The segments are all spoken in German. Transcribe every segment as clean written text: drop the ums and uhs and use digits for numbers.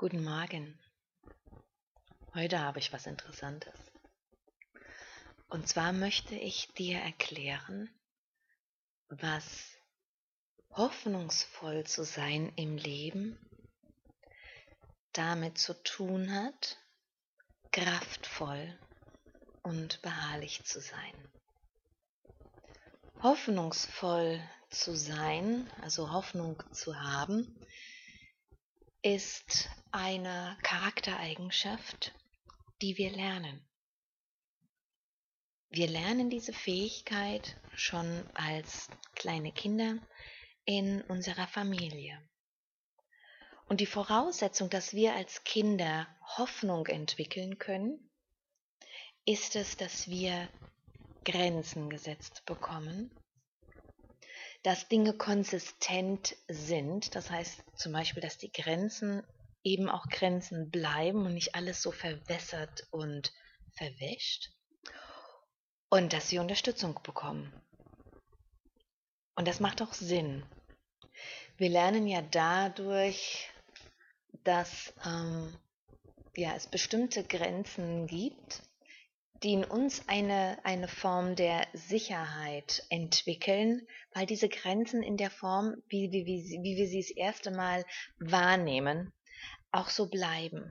Guten Morgen. Heute habe ich was Interessantes. Und zwar möchte ich dir erklären, was hoffnungsvoll zu sein im Leben damit zu tun hat, kraftvoll und beharrlich zu sein. Hoffnungsvoll zu sein, also Hoffnung zu haben, ist eine Charaktereigenschaft, die wir lernen. Wir lernen diese Fähigkeit schon als kleine Kinder in unserer Familie. Und die Voraussetzung, dass wir als Kinder Hoffnung entwickeln können, ist es, dass wir Grenzen gesetzt bekommen, dass Dinge konsistent sind, das heißt zum Beispiel, dass die Grenzen eben auch Grenzen bleiben und nicht alles so verwässert und verwäscht. Und dass sie Unterstützung bekommen. Und das macht auch Sinn. Wir lernen ja dadurch, dass es bestimmte Grenzen gibt, die in uns eine Form der Sicherheit entwickeln, weil diese Grenzen in der Form, wie wir sie das erste Mal wahrnehmen, auch so bleiben.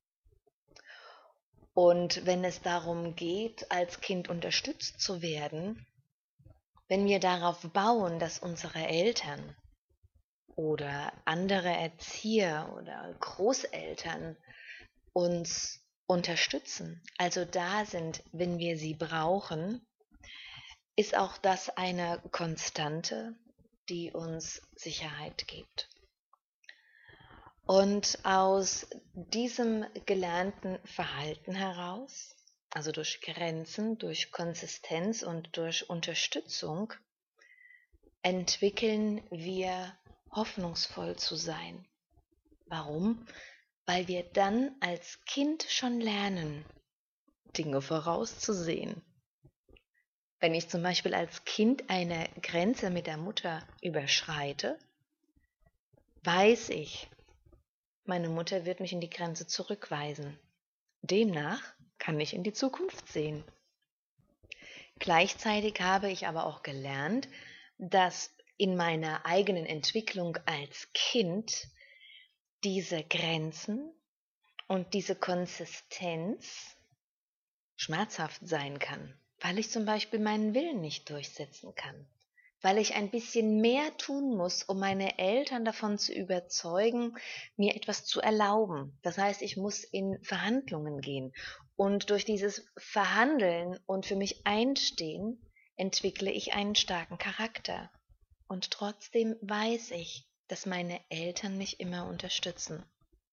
Und wenn es darum geht, als Kind unterstützt zu werden, wenn wir darauf bauen, dass unsere Eltern oder andere Erzieher oder Großeltern uns unterstützen, also da sind, wenn wir sie brauchen, ist auch das eine Konstante, die uns Sicherheit gibt. Und aus diesem gelernten Verhalten heraus, also durch Grenzen, durch Konsistenz und durch Unterstützung, entwickeln wir hoffnungsvoll zu sein. Warum? Weil wir dann als Kind schon lernen, Dinge vorauszusehen. Wenn ich zum Beispiel als Kind eine Grenze mit der Mutter überschreite, weiß ich, meine Mutter wird mich in die Grenze zurückweisen. Demnach kann ich in die Zukunft sehen. Gleichzeitig habe ich aber auch gelernt, dass in meiner eigenen Entwicklung als Kind diese Grenzen und diese Konsistenz schmerzhaft sein kann, weil ich zum Beispiel meinen Willen nicht durchsetzen kann, weil ich ein bisschen mehr tun muss, um meine Eltern davon zu überzeugen, mir etwas zu erlauben. Das heißt, ich muss in Verhandlungen gehen und durch dieses Verhandeln und für mich einstehen, entwickle ich einen starken Charakter. Und trotzdem weiß ich, dass meine Eltern mich immer unterstützen.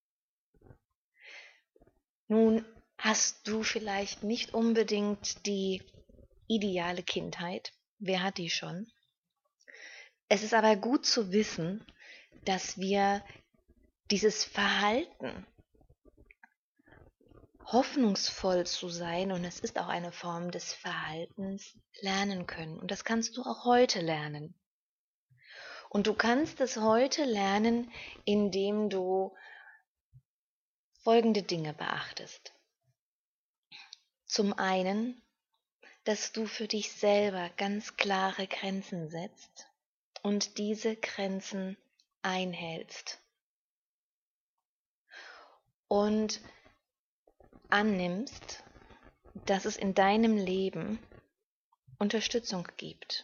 Nun hast du vielleicht nicht unbedingt die ideale Kindheit. Wer hat die schon? Es ist aber gut zu wissen, dass wir dieses Verhalten, hoffnungsvoll zu sein, und es ist auch eine Form des Verhaltens, lernen können. Und das kannst du auch heute lernen. Und du kannst es heute lernen, indem du folgende Dinge beachtest. Zum einen, dass du für dich selber ganz klare Grenzen setzt und diese Grenzen einhältst und annimmst, dass es in deinem Leben Unterstützung gibt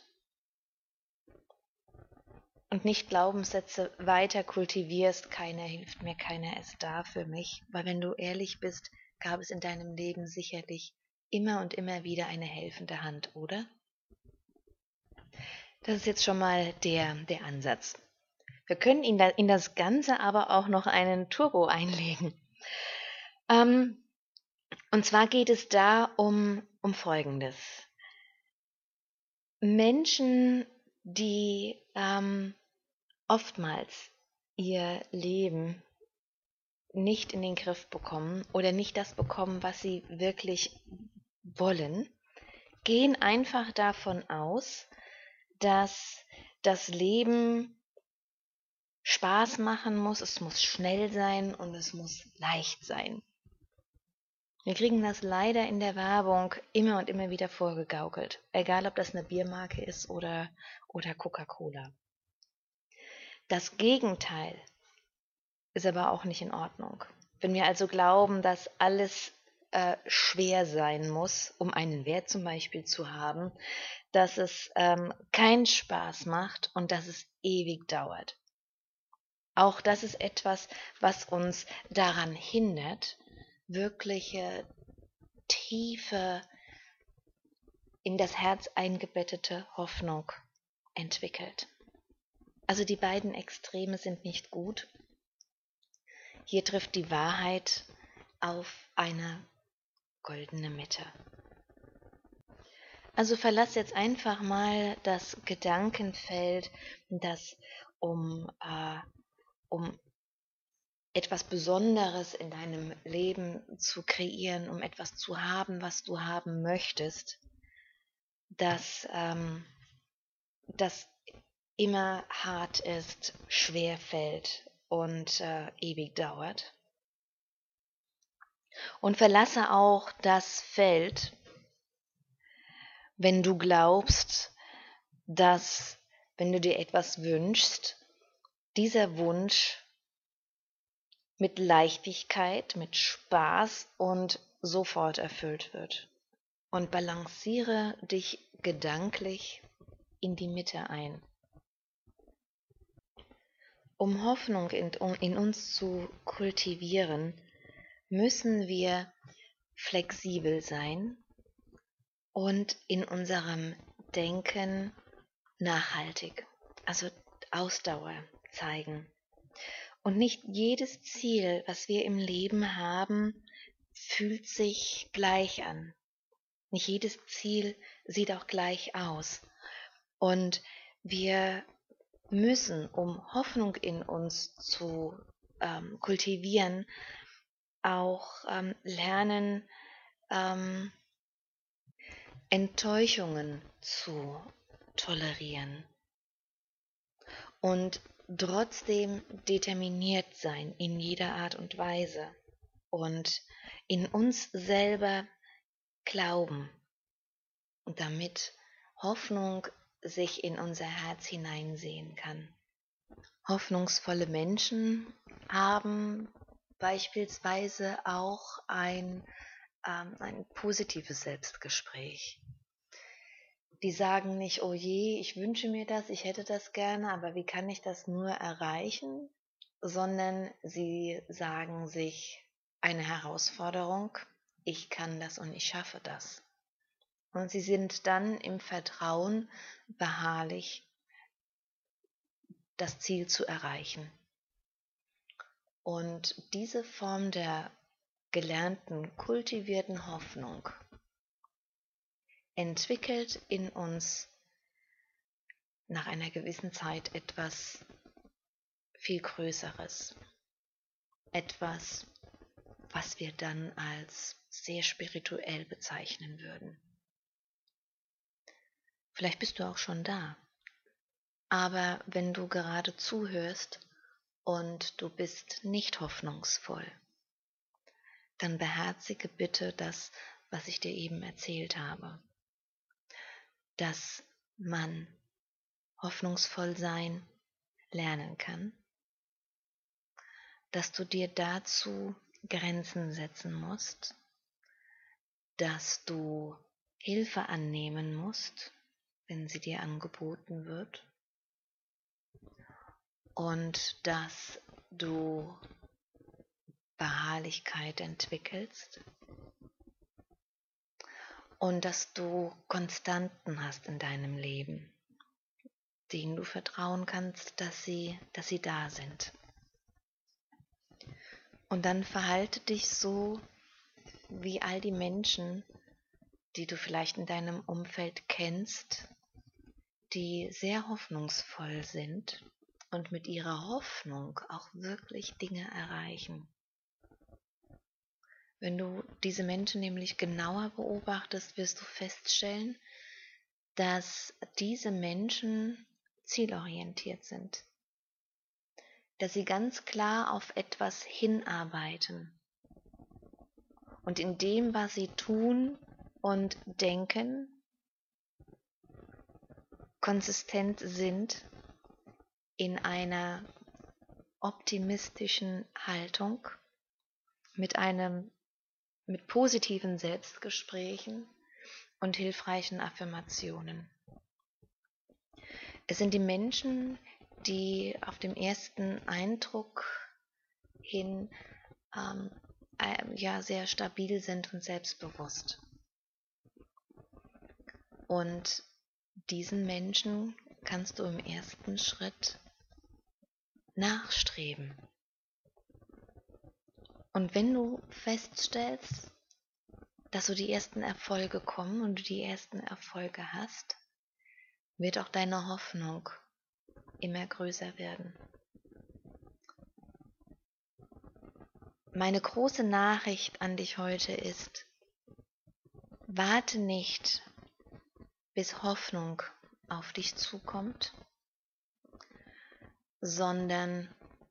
und nicht Glaubenssätze weiter kultivierst, keiner hilft mir, keiner ist da für mich, weil wenn du ehrlich bist, gab es in deinem Leben sicherlich immer und immer wieder eine helfende Hand, oder? Das ist jetzt schon mal der Ansatz. Wir können in das Ganze aber auch noch einen Turbo einlegen. Und zwar geht es da um Folgendes. Menschen, die oftmals ihr Leben nicht in den Griff bekommen oder nicht das bekommen, was sie wirklich wollen, gehen einfach davon aus, dass das Leben Spaß machen muss, es muss schnell sein und es muss leicht sein. Wir kriegen das leider in der Werbung immer und immer wieder vorgegaukelt, egal ob das eine Biermarke ist oder Coca-Cola. Das Gegenteil ist aber auch nicht in Ordnung. Wenn wir also glauben, dass alles schwer sein muss, um einen Wert zum Beispiel zu haben, dass es keinen Spaß macht und dass es ewig dauert. Auch das ist etwas, was uns daran hindert, wirkliche tiefe, in das Herz eingebettete Hoffnung entwickelt. Also die beiden Extreme sind nicht gut. Hier trifft die Wahrheit auf eine goldene Mitte. Also verlass jetzt einfach mal das Gedankenfeld, dass um etwas Besonderes in deinem Leben zu kreieren, um etwas zu haben, was du haben möchtest, dass das immer hart ist, schwer fällt und ewig dauert. Und verlasse auch das Feld, wenn du glaubst, dass, wenn du dir etwas wünschst, dieser Wunsch mit Leichtigkeit, mit Spaß und sofort erfüllt wird. Und balanciere dich gedanklich in die Mitte ein. Um Hoffnung in uns zu kultivieren, müssen wir flexibel sein und in unserem Denken nachhaltig, also Ausdauer zeigen. Und nicht jedes Ziel, was wir im Leben haben, fühlt sich gleich an. Nicht jedes Ziel sieht auch gleich aus. Und wir müssen, um Hoffnung in uns zu kultivieren, auch lernen, Enttäuschungen zu tolerieren und trotzdem determiniert sein in jeder Art und Weise und in uns selber glauben und damit Hoffnung sich in unser Herz hineinsehen kann. Hoffnungsvolle Menschen haben beispielsweise auch ein positives Selbstgespräch. Die sagen nicht, oh je, ich wünsche mir das, ich hätte das gerne, aber wie kann ich das nur erreichen? Sondern sie sagen sich eine Herausforderung, ich kann das und ich schaffe das. Und sie sind dann im Vertrauen beharrlich, das Ziel zu erreichen. Und diese Form der gelernten, kultivierten Hoffnung entwickelt in uns nach einer gewissen Zeit etwas viel Größeres. Etwas, was wir dann als sehr spirituell bezeichnen würden. Vielleicht bist du auch schon da. Aber wenn du gerade zuhörst und du bist nicht hoffnungsvoll, dann beherzige bitte das, was ich dir eben erzählt habe. Dass man hoffnungsvoll sein lernen kann, dass du dir dazu Grenzen setzen musst, dass du Hilfe annehmen musst, wenn sie dir angeboten wird, und dass du Beharrlichkeit entwickelst und dass du Konstanten hast in deinem Leben, denen du vertrauen kannst, dass sie da sind. Und dann verhalte dich so wie all die Menschen, die du vielleicht in deinem Umfeld kennst, die sehr hoffnungsvoll sind und mit ihrer Hoffnung auch wirklich Dinge erreichen. Wenn du diese Menschen nämlich genauer beobachtest, wirst du feststellen, dass diese Menschen zielorientiert sind. dass sie ganz klar auf etwas hinarbeiten und in dem, was sie tun und denken, konsistent sind in einer optimistischen Haltung, mit positiven Selbstgesprächen und hilfreichen Affirmationen. Es sind die Menschen, die auf dem ersten Eindruck hin sehr stabil sind und selbstbewusst. Und diesen Menschen kannst du im ersten Schritt nachstreben. Und wenn du feststellst, dass so die ersten Erfolge kommen und du die ersten Erfolge hast, wird auch deine Hoffnung immer größer werden. Meine große Nachricht an dich heute ist: Warte nicht, bis Hoffnung auf dich zukommt, sondern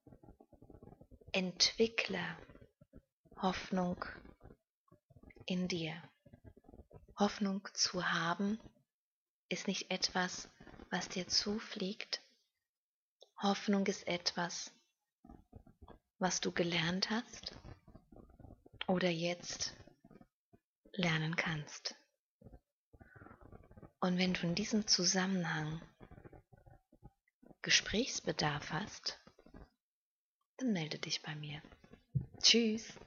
entwickle Hoffnung in dir. Hoffnung zu haben ist nicht etwas, was dir zufliegt. Hoffnung ist etwas, was du gelernt hast oder jetzt lernen kannst. Und wenn du in diesem Zusammenhang Gesprächsbedarf hast, dann melde dich bei mir. Tschüss.